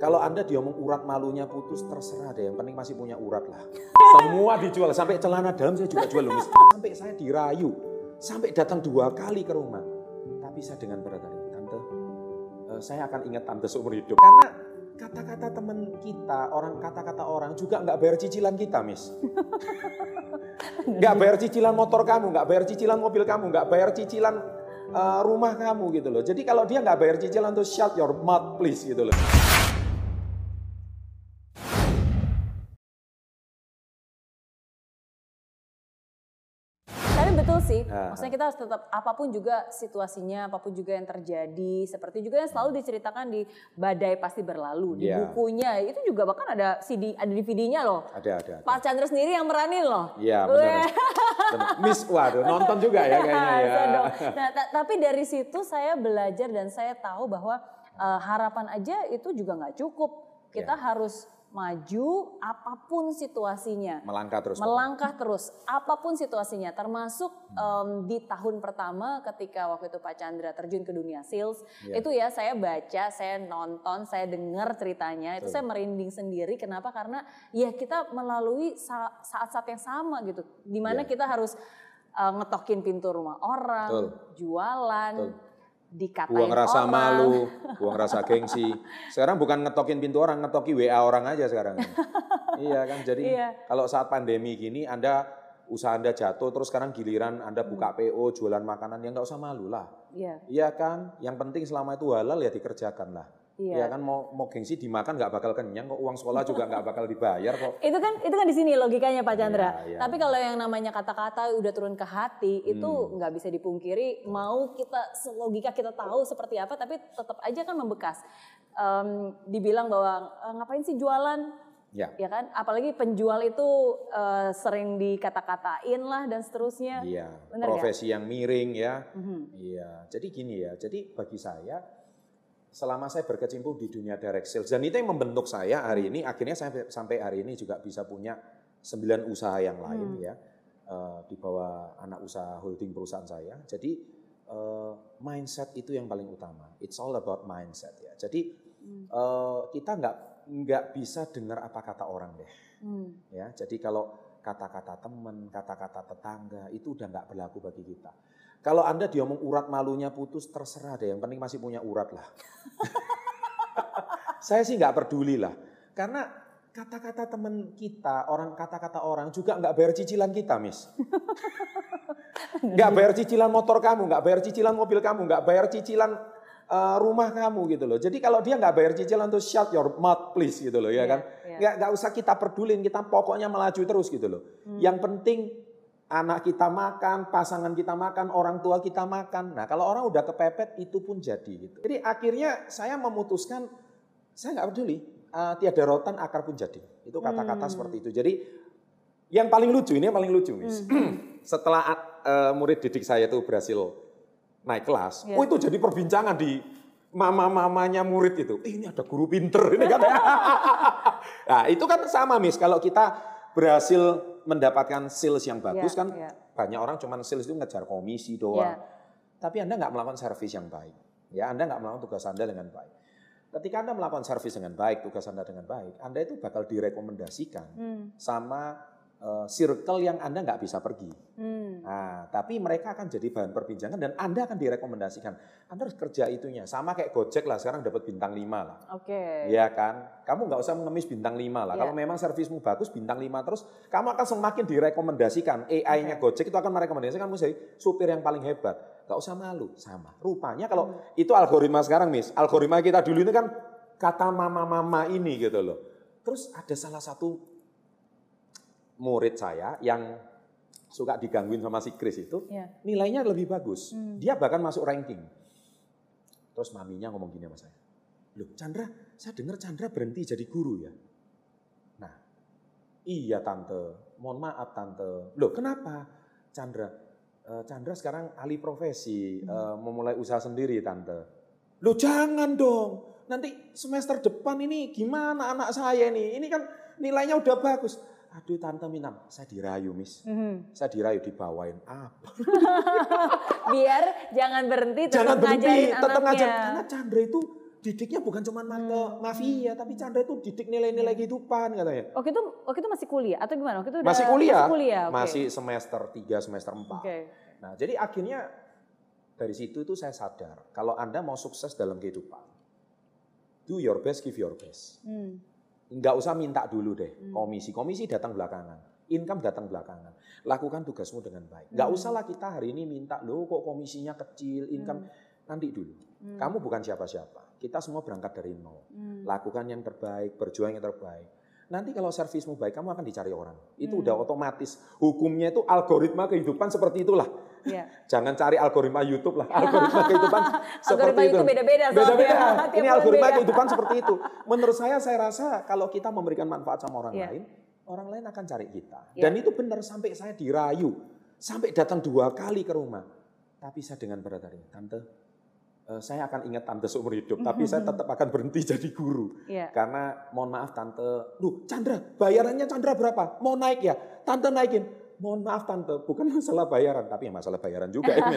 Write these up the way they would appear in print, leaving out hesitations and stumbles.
Kalau Anda diomong urat malunya putus, terserah deh. Yang penting masih punya urat lah. Semua dijual, sampai celana dalam saya juga jual. Sampai saya dirayu, sampai datang 2 kali ke rumah. Tapi saya dengan berat hati, Tante, saya akan ingat Tante seumur hidup. Karena kata-kata teman kita, kata-kata orang juga nggak bayar cicilan kita, Miss. Nggak bayar cicilan motor kamu, nggak bayar cicilan mobil kamu, nggak bayar cicilan rumah kamu gitu loh. Jadi kalau dia nggak bayar cicilan tuh shut your mouth please gitu loh. Betul sih, maksudnya kita harus tetap apapun juga situasinya, apapun juga yang terjadi, seperti juga yang selalu diceritakan di Badai Pasti Berlalu, di bukunya, itu juga bahkan ada CD, ada DVD-nya loh. Ada. Pak Chandra sendiri yang meranin loh. Iya benar. Miss, waduh nonton juga ya kayaknya ya. Nah, tapi dari situ saya belajar dan saya tahu bahwa harapan aja itu juga nggak cukup. Kita harus maju apapun situasinya. Melangkah terus apapun situasinya, termasuk di tahun pertama ketika waktu itu Pak Chandra terjun ke dunia sales. Itu ya saya baca, saya nonton, saya dengar ceritanya, itu saya merinding sendiri. Kenapa? Karena ya kita melalui saat-saat yang sama gitu, dimana kita harus ngetokin pintu rumah orang, jualan, dikatain buang rasa orang. malu, buang rasa gengsi. Sekarang bukan ngetokin pintu orang, ngetoki WA orang aja sekarang. Iya kan, jadi kalau saat pandemi gini usaha Anda jatuh, terus sekarang giliran Anda buka PO, jualan makanan, ya nggak usah malu lah. Iya kan, yang penting selama itu halal ya dikerjakan lah. Iya kan, mau gengsi dimakan nggak bakal kenyang kok, uang sekolah juga nggak bakal dibayar kok. Itu kan di sini logikanya Pak Chandra. Tapi kalau yang namanya kata-kata udah turun ke hati, itu nggak bisa dipungkiri. Mau kita logika kita tahu seperti apa, tapi tetap aja kan membekas. Dibilang bahwa ngapain sih jualan? Ya kan, apalagi penjual itu sering dikata-katain lah dan seterusnya. Iya. Profesi yang miring ya. Iya. Jadi gini ya. Jadi bagi saya, selama saya berkecimpung di dunia direct sales, dan itu yang membentuk saya hari ini, akhirnya saya sampai hari ini juga bisa punya 9 usaha yang lain ya, di bawah anak usaha holding perusahaan saya. Jadi mindset itu yang paling utama. It's all about mindset ya. Jadi kita nggak bisa dengar apa kata orang deh. Ya, jadi kalau kata-kata teman, kata-kata tetangga itu udah nggak berlaku bagi kita. Kalau Anda diomong urat malunya putus, terserah deh, yang penting masih punya urat lah. Saya sih nggak peduli lah, karena kata-kata teman kita, kata-kata orang juga nggak bayar cicilan kita, Miss. Nggak bayar cicilan motor kamu, nggak bayar cicilan mobil kamu, nggak bayar cicilan rumah kamu gitu loh. Jadi kalau dia nggak bayar cicilan tuh shut your mouth please gitu loh ya kan. Nggak usah kita pedulin, kita pokoknya melaju terus gitu loh. Yang penting anak kita makan, pasangan kita makan, orang tua kita makan. Nah kalau orang udah kepepet itu pun jadi gitu. Jadi akhirnya saya memutuskan, saya nggak peduli, tiada rotan akar pun jadi. Itu kata-kata seperti itu. Jadi yang paling lucu, ini yang paling lucu Miss. Setelah murid didik saya itu berhasil naik kelas, itu jadi perbincangan di mama-mamanya murid itu. Ini ada guru pinter ini kan. Nah itu kan sama Miss, kalau kita berhasil mendapatkan sales yang bagus kan, banyak orang cuman sales itu ngejar komisi doang. Tapi Anda nggak melakukan servis yang baik. Ya, Anda nggak melakukan tugas Anda dengan baik. Ketika Anda melakukan servis dengan baik, tugas Anda dengan baik, Anda itu bakal direkomendasikan sama circle yang Anda nggak bisa pergi. Nah, tapi mereka akan jadi bahan perbincangan dan Anda akan direkomendasikan. Anda harus kerja itunya. Sama kayak Gojek lah, sekarang dapat bintang 5 lah. Iya kan? Kamu nggak usah mengemis bintang 5 lah. Kalau memang servismu bagus, bintang 5 terus, kamu akan semakin direkomendasikan. AI-nya Gojek itu akan merekomendasikan kamu jadi supir yang paling hebat. Nggak usah malu, sama. Rupanya kalau itu algoritma sekarang, Miss. Algoritma kita dulu ini kan kata mama-mama ini gitu loh. Terus ada salah satu murid saya yang suka digangguin sama si Chris itu, nilainya lebih bagus. Dia bahkan masuk ranking. Terus maminya ngomong gini sama saya, loh Chandra, saya dengar Chandra berhenti jadi guru ya. Nah, iya tante, mohon maaf tante. Loh kenapa Chandra? Chandra sekarang alih profesi, memulai usaha sendiri tante. Loh jangan dong, nanti semester depan ini gimana anak saya ini kan nilainya udah bagus. Aduh tante Minam, saya dirayu Miss. Saya dirayu dibawain apa? Biar jangan berhenti, tetap ngajarin anaknya. Karena Chandra itu didiknya bukan cuma mafia, tapi Chandra itu didik nilai-nilai kehidupan katanya. Waktu itu masih kuliah atau gimana? Waktu itu masih kuliah. Okay. Masih semester 3, semester 4. Okay. Nah, jadi akhirnya dari situ itu saya sadar, kalau Anda mau sukses dalam kehidupan, do your best, give your best. Nggak usah minta dulu deh, komisi datang belakangan, income datang belakangan. Lakukan tugasmu dengan baik. Nggak usahlah kita hari ini minta, loh kok komisinya kecil, income, nanti dulu. Kamu bukan siapa-siapa, kita semua berangkat dari nol. Lakukan yang terbaik, berjuang yang terbaik. Nanti kalau servismu baik, kamu akan dicari orang. Itu udah otomatis. Hukumnya itu algoritma kehidupan seperti itulah. Yeah. Jangan cari algoritma YouTube lah. Algoritma kehidupan seperti itu. Beda-beda. Ini algoritma kehidupan seperti itu. Menurut saya rasa kalau kita memberikan manfaat sama orang lain, orang lain akan cari kita. Dan itu benar sampai saya dirayu. Sampai datang 2 kali ke rumah. Tapi saya dengan berat hati, Tante, saya akan ingat Tante seumur hidup, tapi saya tetap akan berhenti jadi guru. Karena mohon maaf Tante, Chandra, bayarannya Chandra berapa? Mau naik ya? Tante naikin. Mohon maaf Tante, bukan masalah bayaran, tapi ya masalah bayaran juga ini.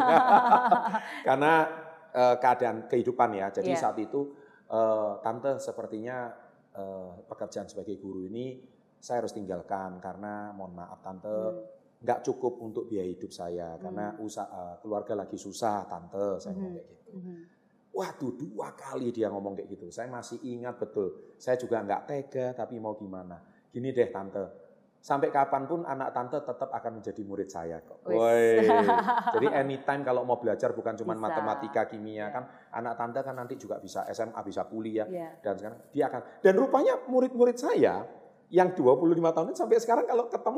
Karena keadaan kehidupan ya, jadi saat itu Tante sepertinya pekerjaan sebagai guru ini saya harus tinggalkan karena mohon maaf Tante, nggak cukup untuk biaya hidup saya karena keluarga lagi susah Tante, saya ngomong kayak gitu. Waduh 2 kali dia ngomong kayak gitu, saya masih ingat betul. Saya juga nggak tega tapi mau gimana. Gini deh Tante, sampai kapanpun anak Tante tetap akan menjadi murid saya kok. Woi. Jadi anytime kalau mau belajar bukan cuma matematika, kimia kan anak Tante kan nanti juga bisa SMA, bisa kuliah dan sekarang dia akan. Dan rupanya murid-murid saya yang 25 tahun sampai sekarang kalau ketemu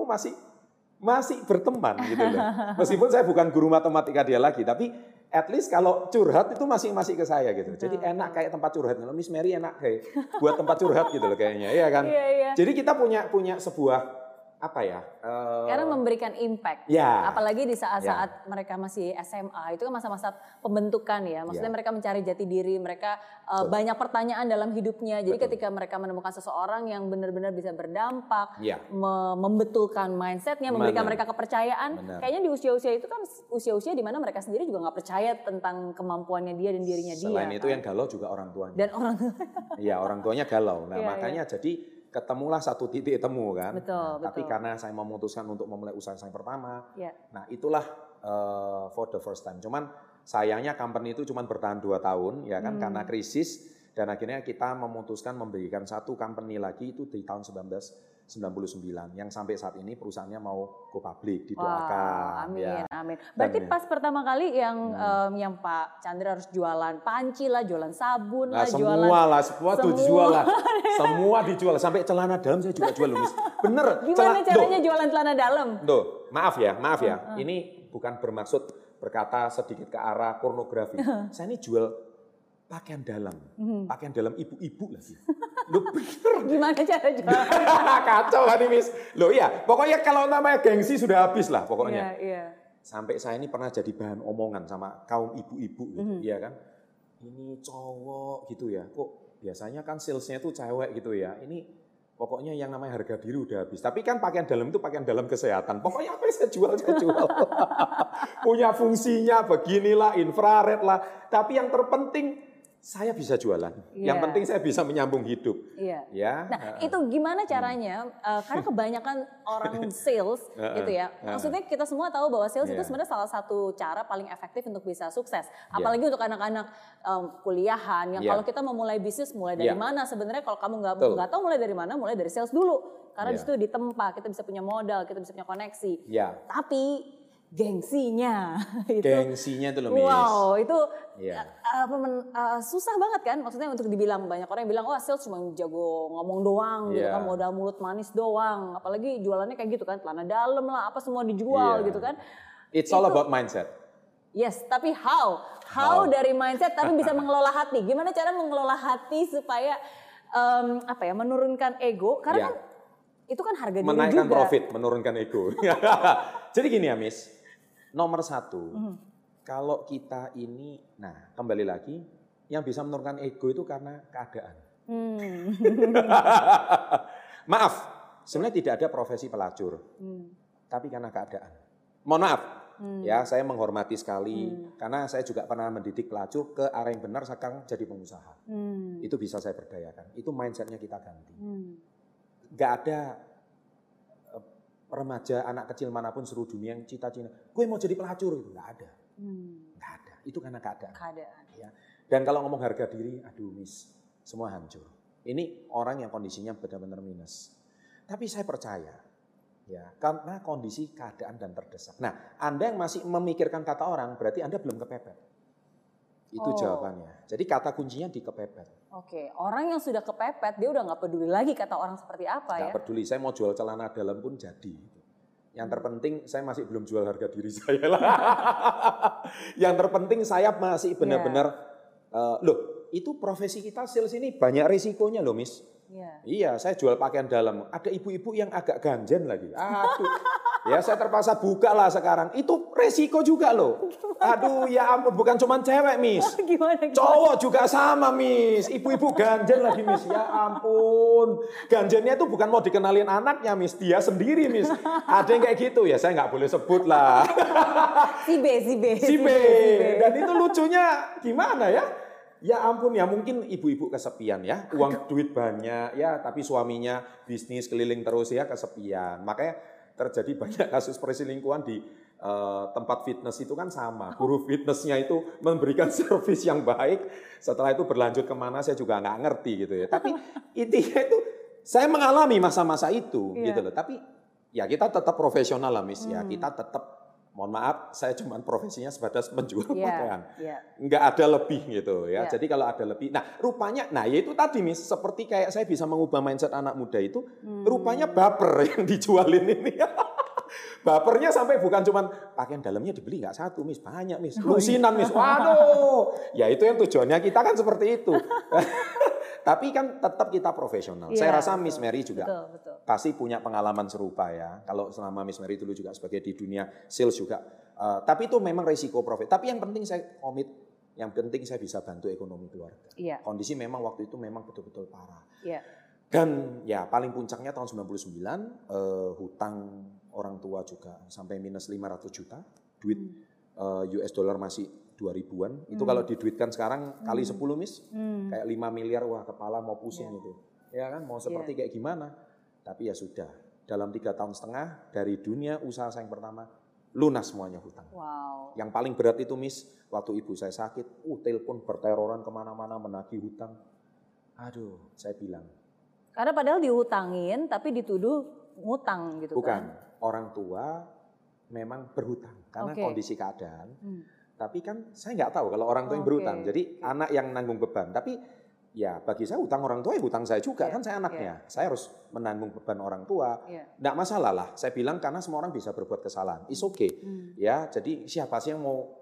masih berteman gitu loh. Meskipun saya bukan guru matematika dia lagi, tapi at least kalau curhat itu masih ke saya gitu. Jadi enak kayak tempat curhat. Kalau Miss Mary enak kayak buat tempat curhat gitu loh kayaknya, iya kan? Jadi kita punya sebuah apa ya? Karena memberikan impact. Apalagi di saat-saat mereka masih SMA, itu kan masa-masa pembentukan ya. Maksudnya mereka mencari jati diri, mereka banyak pertanyaan dalam hidupnya. Jadi ketika mereka menemukan seseorang yang benar-benar bisa berdampak, membetulkan mindsetnya, memberikan mereka kepercayaan. Kayaknya di usia-usia itu kan usia-usia di mana mereka sendiri juga nggak percaya tentang kemampuannya dia dan dirinya dia. Selain itu yang galau juga orang tuanya. Dan orang tuanya galau. Nah makanya jadi ketemulah satu titik temu kan. Betul. Tapi karena saya memutuskan untuk memulai usaha saya pertama, nah itulah for the first time. Cuman sayangnya company itu cuma bertahan 2 tahun ya kan karena krisis dan akhirnya kita memutuskan memberikan satu company lagi itu di tahun 1999 yang sampai saat ini perusahaannya mau go public, didoakan. Amin. Berarti pas pertama kali yang Pak Chandra harus jualan panci lah, jualan sabun lah, semua dijual lah. Semua dijual, sampai celana dalam saya juga jual loh, Miss. Bener. Gimana caranya jualan celana dalam? Maaf ya. Ini bukan bermaksud berkata sedikit ke arah pornografi. Saya ini jual pakaian dalam. Pakaian dalam ibu-ibu lagi. Loh bener. Gimana cara jual? Kacau kan ini, Miss. Loh iya, pokoknya kalau namanya gengsi sudah habis lah pokoknya. Sampai saya ini pernah jadi bahan omongan sama kaum ibu-ibu gitu, ya kan. Ini cowok gitu ya, kok biasanya kan salesnya itu cewek gitu ya. Ini pokoknya yang namanya harga diri udah habis. Tapi kan pakaian dalam itu pakaian dalam kesehatan. Pokoknya apa yang saya jual. Punya fungsinya beginilah, infrared lah. Tapi yang terpenting saya bisa jualan. Yang penting saya bisa menyambung hidup. Ya. Nah, itu gimana caranya? Karena kebanyakan orang sales gitu ya. Maksudnya kita semua tahu bahwa sales itu sebenarnya salah satu cara paling efektif untuk bisa sukses. Apalagi untuk anak-anak kuliahan yang kalau kita memulai bisnis mulai dari mana? Sebenarnya kalau kamu nggak tahu mulai dari mana, mulai dari sales dulu. Karena di situ ditempa, kita bisa punya modal, kita bisa punya koneksi. Tapi gengsinya itu loh, Miss. Wow, itu susah banget kan? Maksudnya untuk dibilang, banyak orang yang bilang, wah sales cuma jago ngomong doang gitu kan, modal mulut manis doang. Apalagi jualannya kayak gitu kan, celana dalam lah, apa semua dijual gitu kan. It's all about mindset. Yes, tapi how dari mindset tapi bisa mengelola hati. Gimana cara mengelola hati supaya menurunkan ego? Karena kan itu kan harga diri juga. Menaikkan profit, menurunkan ego. Jadi gini ya, Miss. Nomor 1, kalau kita ini, nah kembali lagi, yang bisa menurunkan ego itu karena keadaan. Maaf, sebenarnya tidak ada profesi pelacur, tapi karena keadaan. Mohon maaf, Ya, saya menghormati sekali karena saya juga pernah mendidik pelacur ke arah yang benar sekarang jadi pengusaha. Itu bisa saya berdayakan. Itu mindsetnya kita ganti. Gak ada remaja anak kecil manapun seluruh dunia yang cita-cita, gue mau jadi pelacur, itu nggak ada. Nggak ada. Itu karena keadaan. Ya. Dan kalau ngomong harga diri, aduh Miss, semua hancur. Ini orang yang kondisinya benar-benar minus. Tapi saya percaya, ya, karena kondisi keadaan dan terdesak. Nah, Anda yang masih memikirkan kata orang, berarti Anda belum kepepet. Itu jawabannya. Jadi kata kuncinya di kepepet. Oke, orang yang sudah kepepet, dia udah nggak peduli lagi kata orang seperti apa ya? Nggak peduli, saya mau jual celana dalam pun jadi. Yang terpenting saya masih belum jual harga diri saya lah. Yang terpenting saya masih benar-benar, loh itu profesi kita sales ini banyak risikonya loh Miss. Iya, saya jual pakaian dalam. Ada ibu-ibu yang agak ganjen lagi. Aduh, ya saya terpaksa buka lah sekarang. Itu resiko juga loh. Aduh, ya ampun, bukan cuma cewek, Miss. Gimana? Cowok juga sama, Miss. Ibu-ibu ganjen lagi, Miss. Ya ampun. Ganjennya itu bukan mau dikenalin anaknya, Miss. Dia sendiri, Miss. Ada yang kayak gitu. Ya saya nggak boleh sebut lah. Si B. Dan itu lucunya gimana ya? Ya ampun ya, mungkin ibu-ibu kesepian ya, uang duit banyak ya, tapi suaminya bisnis keliling terus ya, kesepian. Makanya terjadi banyak kasus perselingkuhan di tempat fitness itu kan sama. Guru fitnessnya itu memberikan servis yang baik, setelah itu berlanjut kemana saya juga nggak ngerti gitu ya. Tapi intinya itu saya mengalami masa-masa itu gitu loh. Tapi ya kita tetap profesional lah Miss ya, kita tetap. Mohon maaf, saya cuma profesinya sebatas menjual pakaian. Nggak ada lebih gitu ya. Jadi kalau ada lebih, nah rupanya, nah ya itu tadi Miss, seperti kayak saya bisa mengubah mindset anak muda itu, rupanya baper yang dijualin ini. Bapernya sampai bukan cuma pakaian dalamnya dibeli nggak satu Miss, banyak Miss. Lusinan Miss, waduh. Ya itu yang tujuannya kita kan seperti itu. Tapi kan tetap kita profesional. Saya rasa Miss Mary juga pasti punya pengalaman serupa ya. Kalau selama Miss Mary dulu juga sebagai di dunia sales juga. Tapi itu memang risiko profit. Tapi yang penting saya komit, yang penting saya bisa bantu ekonomi keluarga. Kondisi memang waktu itu memang betul-betul parah. Dan ya paling puncaknya tahun 99, hutang orang tua juga sampai minus 500 juta. Duit US dollar masih 2000-an, itu kalau diduitkan sekarang kali 10 Miss, kayak 5 miliar, wah kepala mau pusing itu. Ya kan, mau seperti kayak gimana. Tapi ya sudah, dalam 3,5 tahun dari dunia usaha saya yang pertama, lunas semuanya hutang. Yang paling berat itu Miss, waktu ibu saya sakit, telepon berteroran kemana-mana menagih hutang. Aduh, saya bilang. Karena padahal dihutangin, tapi dituduh ngutang gitu. Bukan, orang tua memang berhutang, karena kondisi keadaan. Tapi kan saya nggak tahu kalau orang tua yang berhutang. Jadi anak yang nanggung beban. Tapi ya bagi saya hutang orang tua ya hutang saya juga. Kan saya anaknya. Saya harus menanggung beban orang tua. Nggak masalah lah. Saya bilang karena semua orang bisa berbuat kesalahan. It's okay. Ya, jadi siapa sih yang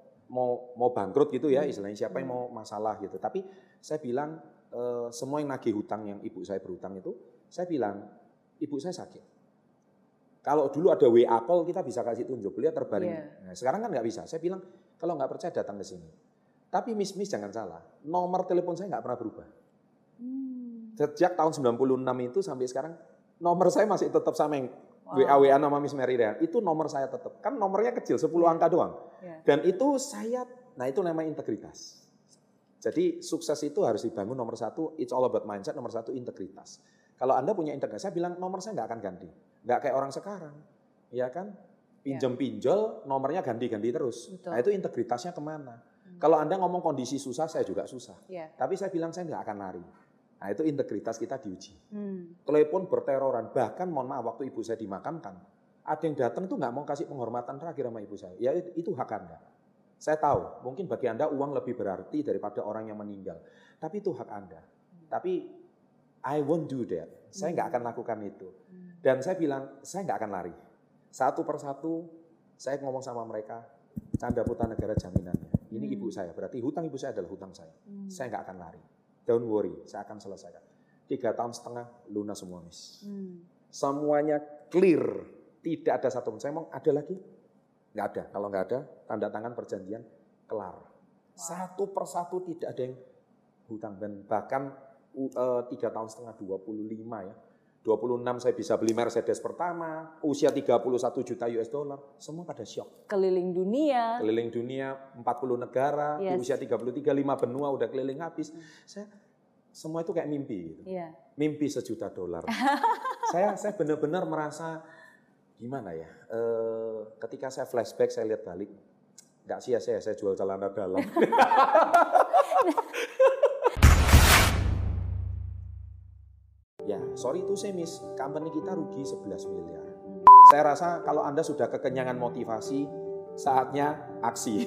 mau bangkrut gitu ya istilahnya. Siapa yang mau masalah gitu. Tapi saya bilang semua yang nagih hutang yang ibu saya berhutang itu. Saya bilang ibu saya sakit. Kalau dulu ada WA call kita bisa kasih tunjuk. Beliau terbaring. Nah, sekarang kan nggak bisa. Saya bilang kalau nggak percaya datang ke sini. Tapi Miss jangan salah, nomor telepon saya nggak pernah berubah. Sejak tahun 96 itu sampai sekarang, nomor saya masih tetap sama yang WA nama Miss Mary Ryan. Itu nomor saya tetap. Kan nomornya kecil, 10 angka doang. Dan itu saya, nah itu namanya integritas. Jadi sukses itu harus dibangun nomor satu, it's all about mindset, nomor satu integritas. Kalau Anda punya integritas, saya bilang nomor saya nggak akan ganti. Nggak kayak orang sekarang, ya kan? Pinjol, nomornya ganti-ganti terus. Nah itu integritasnya kemana? Kalau Anda ngomong kondisi susah, saya juga susah. Tapi saya bilang saya nggak akan lari. Nah itu integritas kita diuji. Telepon berteroran, bahkan mohon maaf waktu ibu saya dimakamkan, ada yang datang tuh nggak mau kasih penghormatan terakhir sama ibu saya. Ya itu hak Anda. Saya tahu, mungkin bagi Anda uang lebih berarti daripada orang yang meninggal. Tapi itu hak Anda. Tapi I won't do that. Saya nggak akan lakukan itu. Dan saya bilang, saya nggak akan lari. Satu persatu saya ngomong sama mereka, Canda Putra Negara jaminannya. Ini ibu saya, berarti hutang ibu saya adalah hutang saya. Saya nggak akan lari. Don't worry, saya akan selesaikan. 3,5 tahun lunas semua Miss. Semuanya clear, tidak ada satu. Saya mau ada lagi? Nggak ada. Kalau nggak ada, tanda tangan perjanjian kelar. Satu persatu tidak ada yang hutang. Dan bahkan 3,5 tahun, 25 ya. 26 saya bisa beli Mercedes pertama, usia 31 juta US dollar, semua pada syok. Keliling dunia. Keliling dunia, 40 negara, di usia 33, 5 benua udah keliling habis. Semua itu kayak mimpi. Gitu. Mimpi $1 juta. saya benar-benar merasa, gimana ya, ketika saya flashback, saya lihat balik, nggak sia-sia saya jual celana dalam. Ya, sorry to say miss, company kita rugi 11 miliar. Saya rasa kalau Anda sudah kekenyangan motivasi, saatnya aksi.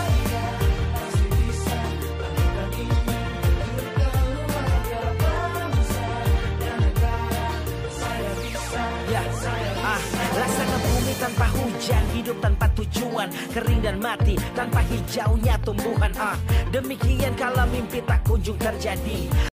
Rasakan bumi tanpa hujan, hidup tanpa tujuan, kering dan mati tanpa hijaunya tumbuhan. Demikian kalau mimpi tak kunjung terjadi.